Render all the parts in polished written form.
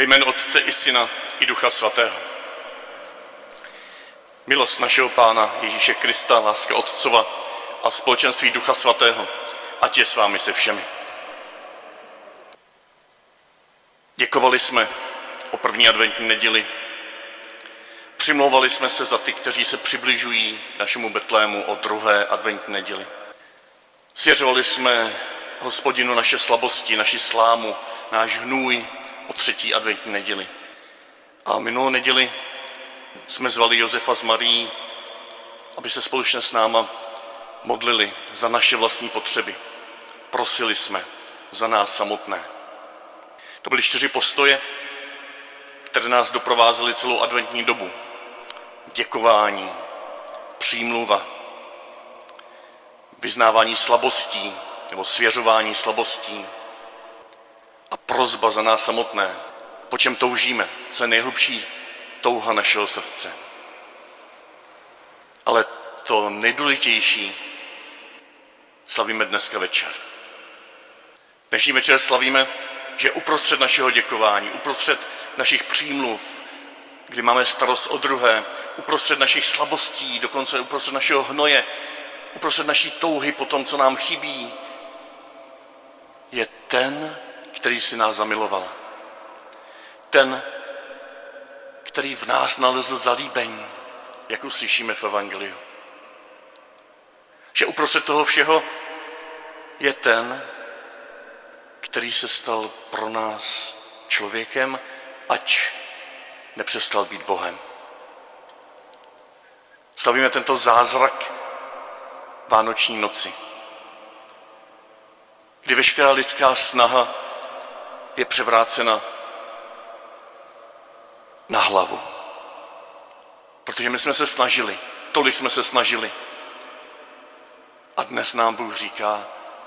Ve jménu Otce i Syna i Ducha Svatého. Milost našeho Pána Ježíše Krista, láska Otcova a společenství Ducha Svatého, ať je s vámi se všemi. Děkovali jsme o první adventní neděli. Přimlouvali jsme se za ty, kteří se přibližují k našemu Betlému o druhé adventní neděli. Svěřovali jsme Hospodinu naše slabosti, naši slámu, náš hnůj o třetí adventní neděli. A minulou neděli jsme zvali Josefa s Marií, aby se společně s náma modlili za naše vlastní potřeby. Prosili jsme za nás samotné. To byly 4 postoje, které nás doprovázely celou adventní dobu. Děkování, přímluva, vyznávání slabostí nebo svěřování slabostí a prosba za nás samotné, po čem toužíme, co je nejhlubší touha našeho srdce. Ale to nejdůležitější slavíme dneska večer. Dnešní večer slavíme, že uprostřed našeho děkování, uprostřed našich přímluv, kdy máme starost o druhé, uprostřed našich slabostí, dokonce uprostřed našeho hnoje, uprostřed naší touhy po tom, co nám chybí, je ten, který si nás zamiloval. Ten, který v nás nalezl zalíbení, jak uslyšíme v Evangeliu. Že uprostřed toho všeho je ten, který se stal pro nás člověkem, ač nepřestal být Bohem. Slavíme tento zázrak Vánoční noci, kdy veškerá lidská snaha je převrácena na hlavu. Protože my jsme se snažili, tolik jsme se snažili. A dnes nám Bůh říká,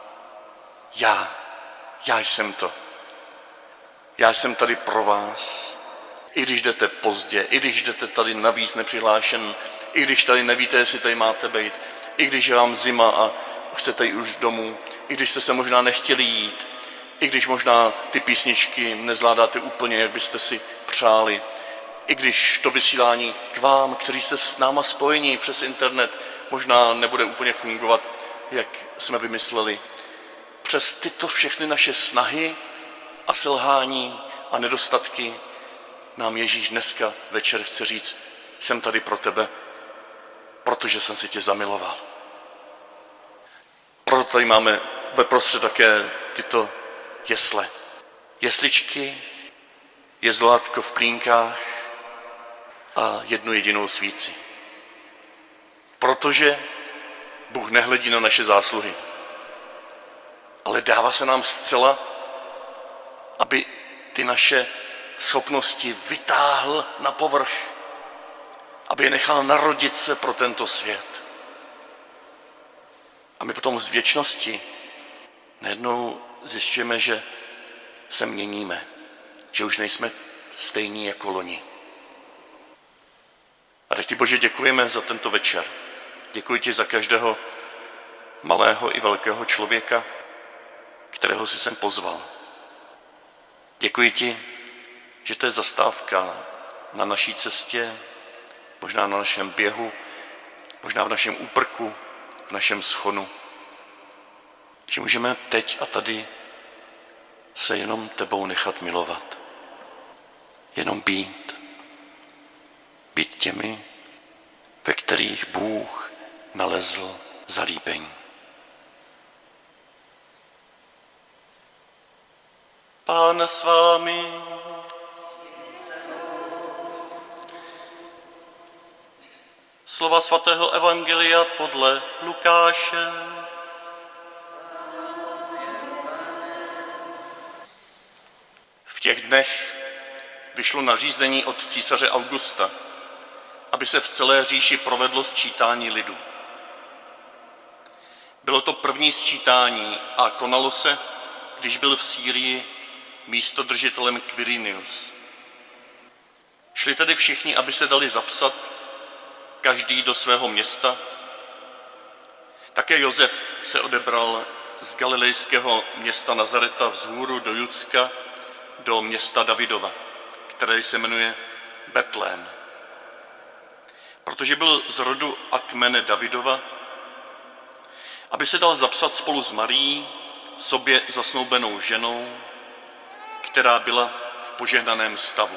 já jsem to. Já jsem tady pro vás, i když jdete pozdě, i když jdete tady navíc nepřihlášen, i když tady nevíte, jestli tady máte být, i když je vám zima a chcete jít už domů, i když jste se možná nechtěli jít, i když možná ty písničky nezvládáte úplně, jak byste si přáli, i když to vysílání k vám, kteří jste s náma spojení přes internet, možná nebude úplně fungovat, jak jsme vymysleli. Přes tyto všechny naše snahy a selhání a nedostatky nám Ježíš dneska večer chce říct, jsem tady pro tebe, protože jsem si tě zamiloval. Proto tady máme veprostřed také tyto jesle. Jesličky, jezlátko v klínkách a jednu jedinou svíci. Protože Bůh nehledí na naše zásluhy, ale dává se nám zcela, aby ty naše schopnosti vytáhl na povrch, aby je nechal narodit se pro tento svět. A my potom z věčnosti najednou zjišťujeme, že se měníme, že už nejsme stejní jako loni. A tak ti, Bože, děkujeme za tento večer. Děkuji ti za každého malého i velkého člověka, kterého jsi sem pozval. Děkuji ti, že to je zastávka na naší cestě, možná na našem běhu, možná v našem úprku, v našem schonu. Že můžeme teď a tady se jenom tebou nechat milovat. Jenom být. Být těmi, ve kterých Bůh nalezl zalíbení. Pán s vámi. Slova svatého Evangelia podle Lukáše. V těch dnech vyšlo nařízení od císaře Augusta, aby se v celé říši provedlo sčítání lidu. Bylo to první sčítání a konalo se, když byl v Sýrii místodržitelem Quirinius. Šli tedy všichni, aby se dali zapsat, každý do svého města. Také Josef se odebral z galilejského města Nazareta vzhůru do Judska, do města Davidova, které se jmenuje Betlém. Protože byl z rodu a kmene Davidova, aby se dal zapsat spolu s Marií, sobě zasnoubenou ženou, která byla v požehnaném stavu.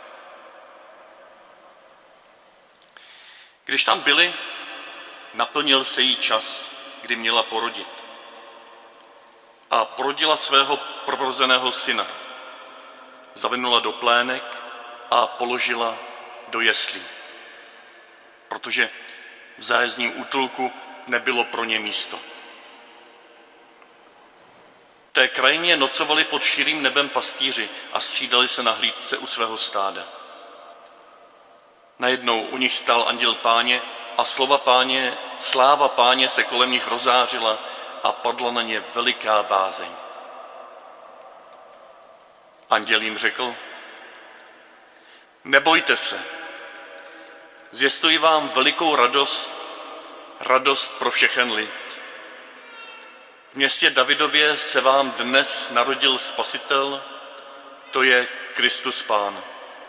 Když tam byli, naplnil se jí čas, kdy měla porodit. A porodila svého prvorozeného syna. Zavinula do plének a položila do jeslí, protože v zájezdním útulku nebylo pro ně místo. V té krajině nocovali pod širým nebem pastýři a střídali se na hlídce u svého stáda. Najednou u nich stál anděl Páně a sláva Páně se kolem nich rozářila a padla na ně veliká bázeň. Anděl jim řekl: nebojte se, zvěstuji vám velikou radost pro všechen lid. V městě Davidově se vám dnes narodil Spasitel, to je Kristus Pán.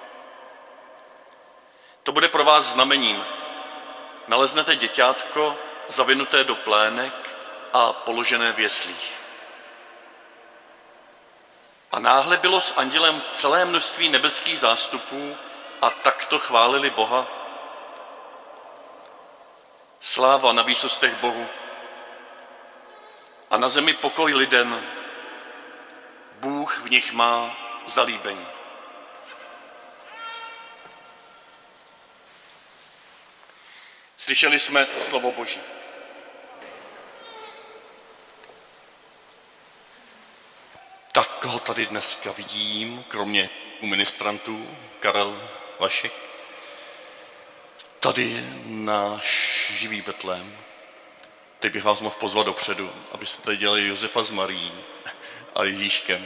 To bude pro vás znamením. Naleznete děťátko zavinuté do plének a položené v jeslích. A náhle bylo s andělem celé množství nebeských zástupů a takto chválili Boha. Sláva na výsostech Bohu a na zemi pokoj lidem. Bůh v nich má zalíbení. Slyšeli jsme slovo Boží. Tak koho tady dneska vidím, kromě ministrantů, Karel, Vašek? Tady je náš živý Betlém. Teď bych vás mohl pozvat dopředu, abyste tady dělali Josefa s Marií a Ježíškem.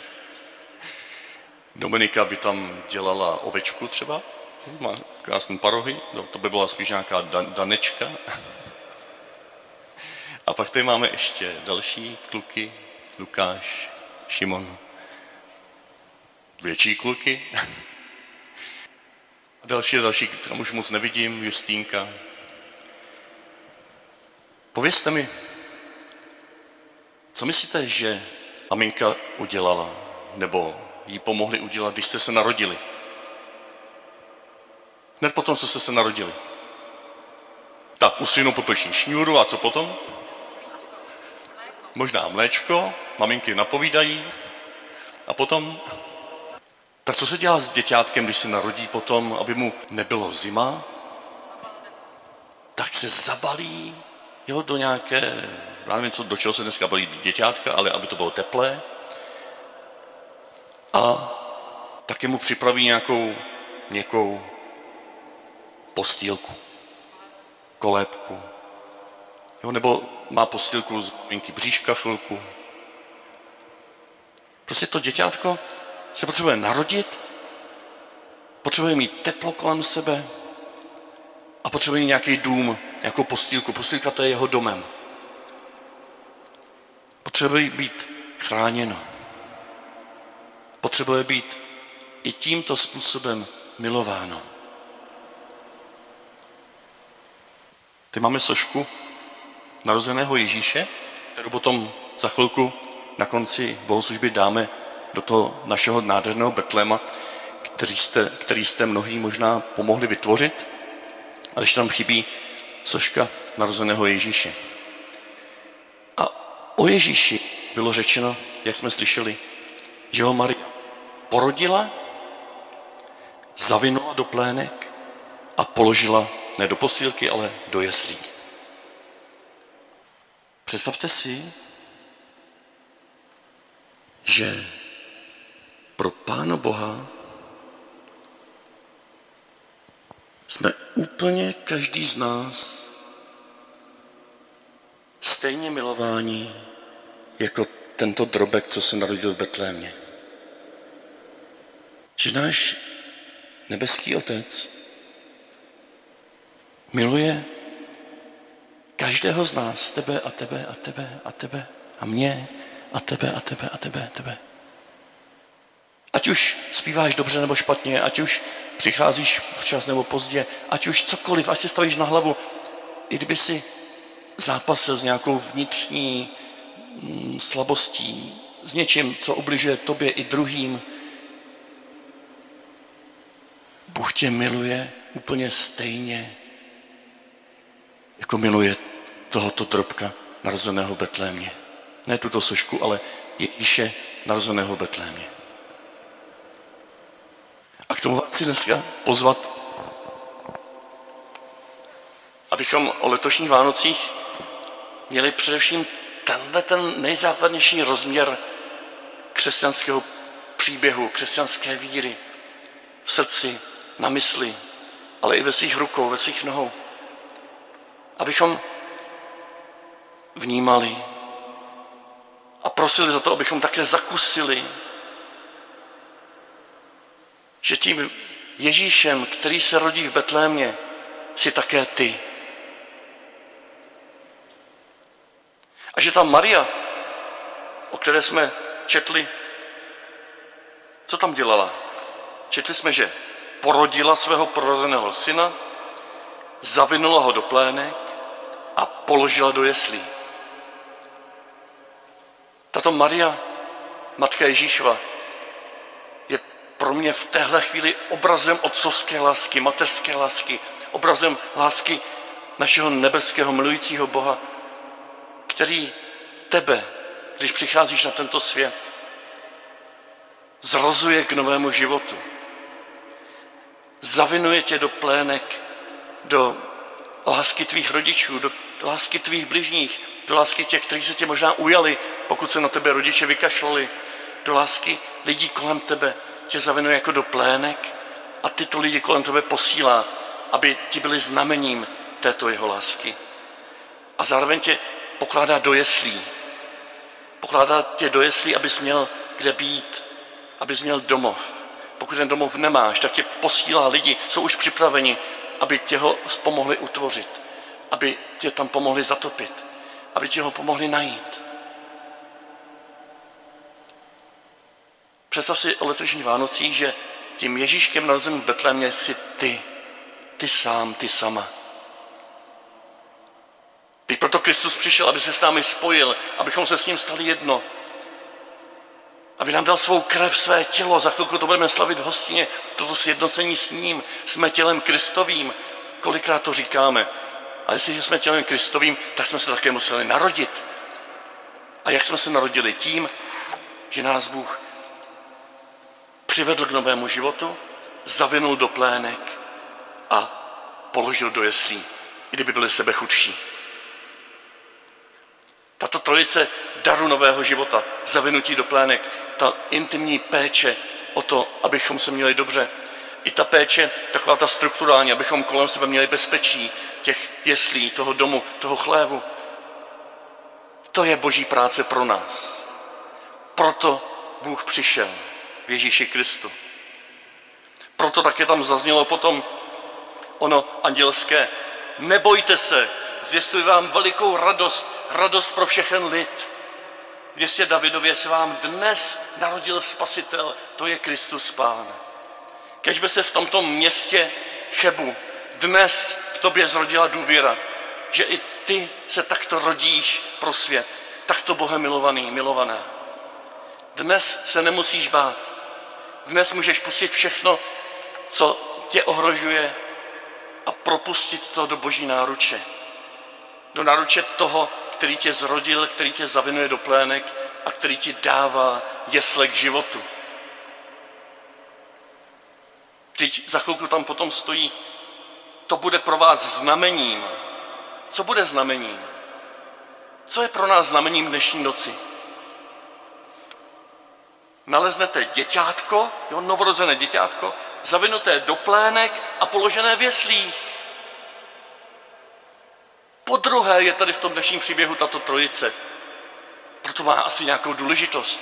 Dominika by tam dělala ovečku třeba, má krásné parohy, to by byla spíš nějaká Danečka. A pak tady máme ještě další kluky, Lukáš, Šimon, větší kluky. A další, tam už moc nevidím, Justínka. Povězte mi, co myslíte, že maminka udělala, nebo jí pomohli udělat, když jste se narodili? Hned potom, co jste se narodili. Tak, ustřihnou popeční šňůru a co potom? Možná mléčko, maminky napovídají a potom... Tak co se dělá s děťátkem, když se narodí potom, aby mu nebylo zima? Tak se zabalí, jo, do nějaké, já nevím, do čeho se dneska balí děťátka, ale aby to bylo teplé. A taky mu připraví nějakou měkkou postýlku, kolébku. Jo, nebo má postýlku z maminky bříška chvilku. Prostě to děťátko se potřebuje narodit, potřebuje mít teplo kolem sebe a potřebuje mít nějaký dům, nějakou postýlku. Postýlka, to je jeho domem. Potřebuje být chráněno. Potřebuje být i tímto způsobem milováno. Teď máme sošku narozeného Ježíše, kterou potom za chvilku na konci bohoslužby dáme do toho našeho nádherného Betléma, který jste mnohý možná pomohli vytvořit, ale ještě tam chybí soška narozeného Ježíše. A o Ježíši bylo řečeno, jak jsme slyšeli, že ho Marie porodila, zavinula do plének a položila ne do postýlky, ale do jeslí. Představte si, že pro Pána Boha jsme úplně každý z nás stejně milováni jako tento drobek, co se narodil v Betlémě. Že náš nebeský Otec miluje každého z nás, tebe a tebe a tebe a tebe a mě a tebe a tebe a tebe a tebe. Ať už zpíváš dobře nebo špatně, ať už přicházíš včas nebo pozdě, ať už cokoliv, ať si stavíš na hlavu, i kdyby si zápasil s nějakou vnitřní slabostí, s něčím, co ubližuje tobě i druhým, Bůh tě miluje úplně stejně, jako miluje tohoto drobka narozeného v Betlémě. Ne tuto sošku, ale Ježíše narozeného v Betlémě. A k tomu vás chci dneska pozvat, abychom o letošních Vánocích měli především ten nejzákladnější rozměr křesťanského příběhu, křesťanské víry v srdci, na mysli, ale i ve svých rukou, ve svých nohou. Abychom vnímali a prosili za to, abychom také zakusili, že tím Ježíšem, který se rodí v Betlémě, jsi také ty. A že ta Maria, o které jsme četli, co tam dělala? Četli jsme, že porodila svého porozeného syna, zavinula ho do plének a položila do jeslí. Tato Maria, matka Ježíšova, je pro mě v téhle chvíli obrazem otcovské lásky, mateřské lásky, obrazem lásky našeho nebeského milujícího Boha, který tebe, když přicházíš na tento svět, zrozuje k novému životu. Zavinuje tě do plének, do lásky tvých rodičů, do lásky tvých bližních, do lásky těch, kteří se tě možná ujali, pokud se na tebe rodiče vykašlali, do lásky lidí kolem tebe tě zavinuje jako do plének a tyto lidi kolem tebe posílá, aby ti byli znamením této jeho lásky. A zároveň tě pokládá do jeslí. Pokládá tě do jeslí, abys měl kde být, abys měl domov. Pokud ten domov nemáš, tak tě posílá lidi, jsou už připraveni, aby tě ho pomohli utvořit, aby tě tam pomohli zatopit, aby tě ho pomohli najít. Představ si o letošních Vánocích, že tím Ježíškem narozeným v Betlémě jsi ty sám, ty sama. Když proto Kristus přišel, aby se s námi spojil, abychom se s ním stali jedno, aby nám dal svou krev, své tělo, za chvilku to budeme slavit v hostině, toto sjednocení s ním, jsme tělem Kristovým, kolikrát to říkáme. A jestliže jsme tělem Kristovým, tak jsme se také museli narodit. A jak jsme se narodili? Tím, že nás Bůh přivedl k novému životu, zavinul do plének a položil do jeslí, i kdyby byli sebe chudší. Tato trojice daru nového života, zavinutí do plének, ta intimní péče o to, abychom se měli dobře, i ta péče, taková ta strukturální, abychom kolem sebe měli bezpečí těch jeslí, toho domu, toho chlévu. To je Boží práce pro nás. Proto Bůh přišel v Ježíši Kristu. Proto také tam zaznělo potom ono andělské: nebojte se, zvěstuji vám velikou radost, radost pro všechen lid. V městě Davidově se vám dnes narodil Spasitel, to je Kristus Pán. Kéžby se v tomto městě Chebu dnes v tobě zrodila důvěra, že i ty se takto rodíš pro svět, takto Bohem milovaný, milovaná. Dnes se nemusíš bát. Dnes můžeš pustit všechno, co tě ohrožuje, a propustit to do Boží náruče. Do náruče toho, který tě zrodil, který tě zavinuje do plének a který ti dává jesle k životu. Vždyť za chvilku tam potom stojí: to bude pro vás znamením. Co bude znamením? Co je pro nás znamením dnešní noci? Naleznete děťátko, novorozené děťátko, zavinuté do plének a položené v jeslích. Podruhé je tady v tom dnešním příběhu tato trojice. Proto má asi nějakou důležitost.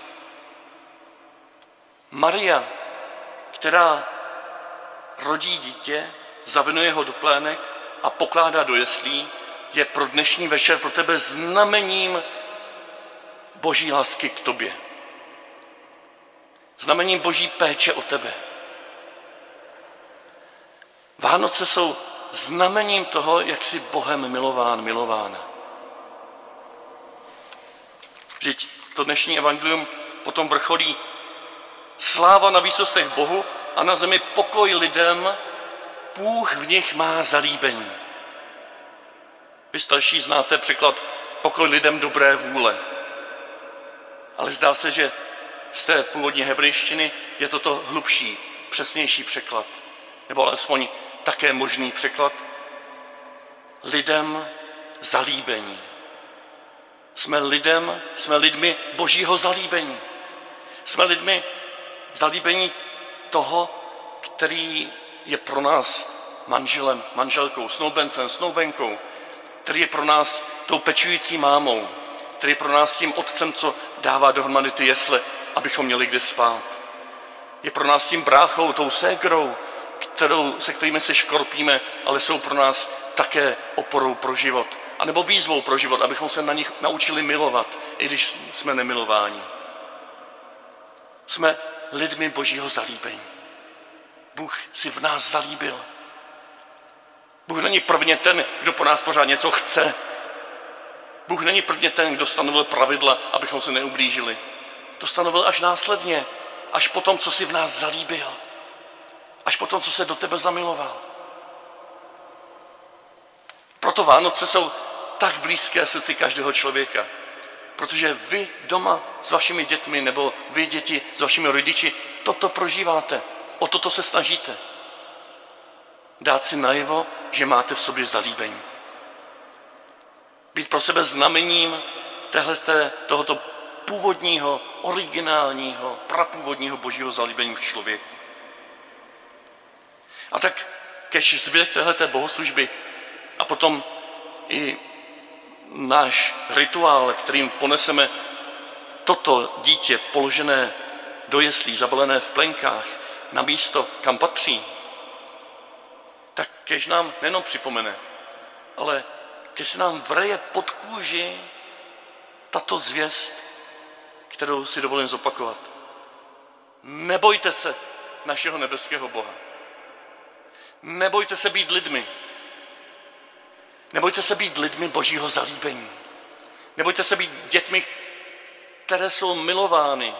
Maria, která rodí dítě, zavinuje ho do plének a pokládá do jeslí, je pro dnešní večer pro tebe znamením Boží lásky k tobě. znamením Boží péče o tebe. Vánoce jsou znamením toho, jak jsi Bohem milován, milována. Vždyť to dnešní evangelium potom vrcholí sláva na výsostech Bohu a na zemi pokoj lidem, Bůh v nich má zalíbení. Vy starší znáte překlad pokoj lidem dobré vůle. Ale zdá se, že z té původní hebrejštiny je toto hlubší, přesnější překlad. Nebo alespoň také možný překlad. Lidem zalíbení. Jsme lidmi Božího zalíbení. Jsme lidmi zalíbení toho, který je pro nás manželem, manželkou, snoubencem, snoubenkou, který je pro nás tou pečující mámou, který je pro nás tím otcem, co dává dohromady ty jesle, abychom měli kde spát. Je pro nás tím bráchou, tou ségrou, se kterými se škorpíme, ale jsou pro nás také oporou pro život. A nebo výzvou pro život, abychom se na nich naučili milovat, i když jsme nemilováni. Jsme lidmi Božího zalíbení. Bůh si v nás zalíbil. Bůh není prvně ten, kdo po nás pořád něco chce. Bůh není prvně ten, kdo stanovil pravidla, abychom se neublížili. To stanovil až následně, až po tom, co si v nás zalíbil. Až po tom, co se do tebe zamiloval. Proto Vánoce jsou tak blízké srdci každého člověka. Protože vy doma s vašimi dětmi nebo vy děti s vašimi rodiči toto prožíváte. O toto se snažíte. Dát si najevo, že máte v sobě zalíbení. Být pro sebe znamením tohoto původního, originálního, prapůvodního Božího zalíbení v člověku. A tak kež zbytek téhleté bohoslužby a potom i náš rituál, kterým poneseme toto dítě položené do jeslí, zabalené v plenkách, na místo, kam patří, tak kež nám nejenom připomene, ale kež se nám vreje pod kůži tato zvěst, kterou si dovolím zopakovat. Nebojte se našeho nebeského Boha. Nebojte se být lidmi. Nebojte se být lidmi Božího zalíbení. Nebojte se být dětmi, které jsou milovány.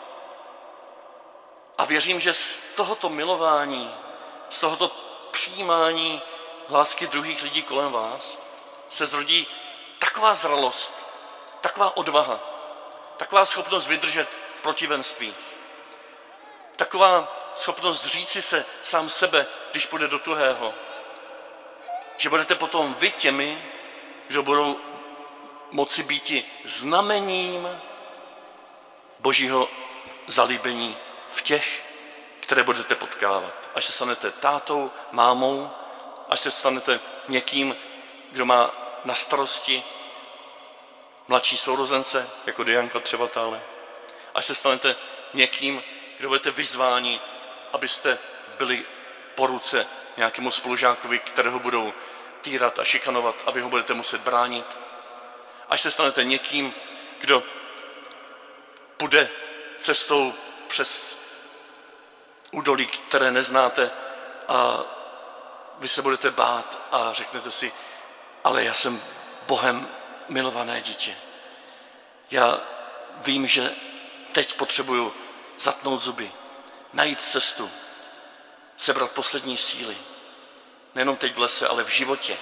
A věřím, že z tohoto milování, z tohoto přijímání lásky druhých lidí kolem vás se zrodí taková zralost, taková odvaha, taková schopnost vydržet v protivenstvích, taková schopnost říci se sám sebe, když půjde do tuhého, že budete potom vy těmi, kdo budou moci býti znamením Božího zalíbení v těch, které budete potkávat. Až se stanete tátou, mámou, až se stanete někým, kdo má na starosti mladší sourozence, jako Dianka třeba tále. Až se stanete někým, kdo budete vyzváni, abyste byli po ruce nějakému spolužákovi, kterého budou týrat a šikanovat a vy ho budete muset bránit. Až se stanete někým, kdo půjde cestou přes údolí, které neznáte a vy se budete bát a řeknete si, ale já jsem Bohem milované dítě. Já vím, že teď potřebuju zatnout zuby, najít cestu, sebrat poslední síly. Nejenom teď v lese, ale v životě.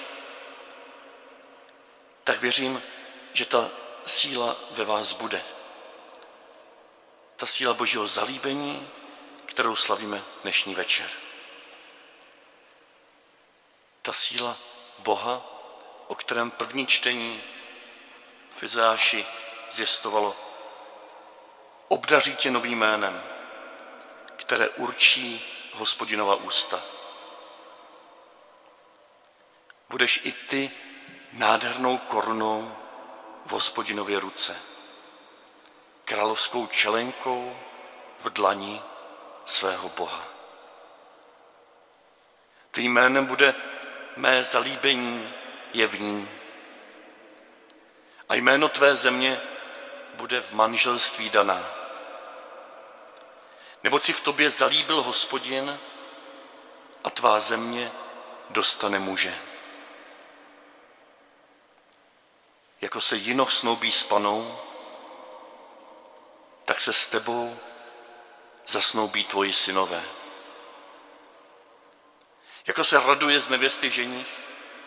Tak věřím, že ta síla ve vás bude. Ta síla Božího zalíbení, kterou slavíme dnešní večer. Ta síla Boha, o kterém první čtení v Izajáši zjistovalo. Obdaří tě novým jménem, které určí Hospodinova ústa. Budeš i ty nádhernou korunou v Hospodinově ruce, královskou čelenkou v dlani svého Boha. Tvým jménem bude mé zalíbení je v ní a jméno tvé země bude v manželství daná. Neboť si v tobě zalíbil Hospodin a tvá země dostane muže. Jako se jinoch snoubí s panou, tak se s tebou zasnoubí tvoji synové. Jako se raduje z nevěsty ženich,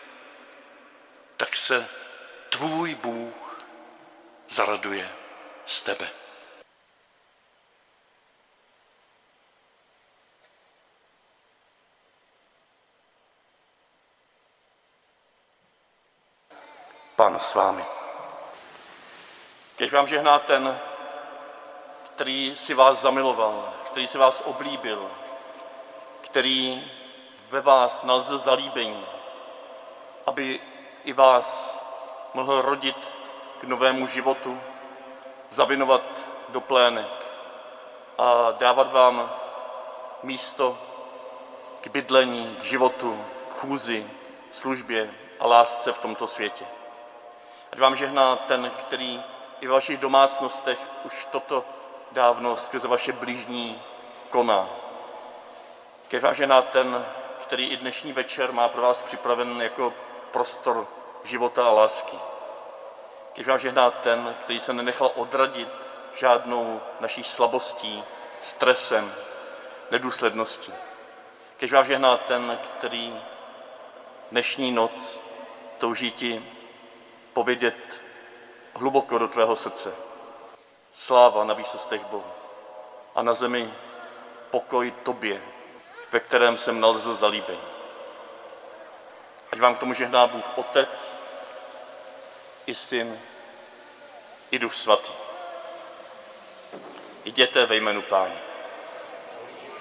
tak se tvůj Bůh zaraduje z tebe. Pán s vámi. Kež vám žehná ten, který si vás zamiloval, který si vás oblíbil, který ve vás nalezl zalíbení, aby i vás mohl rodit k novému životu, zavinovat do plének a dávat vám místo k bydlení, k životu, k chůzi, službě a lásce v tomto světě. Ať vám žehná ten, který i v vašich domácnostech už toto dávno skrze vaše bližní koná. Kež vám žehná ten, který i dnešní večer má pro vás připraven jako prostor života a lásky. Kež vám žehná ten, který se nenechal odradit žádnou naší slabostí, stresem, nedůsledností. Kež vám žehná ten, který dnešní noc touží ti povědět hluboko do tvého srdce. Sláva na výsostech Bohu a na zemi pokoj tobě, ve kterém jsem nalezl zalíbení. Ať vám k tomu žehná Bůh Otec, i Syn, i Duch Svatý. Jděte ve jménu Páně.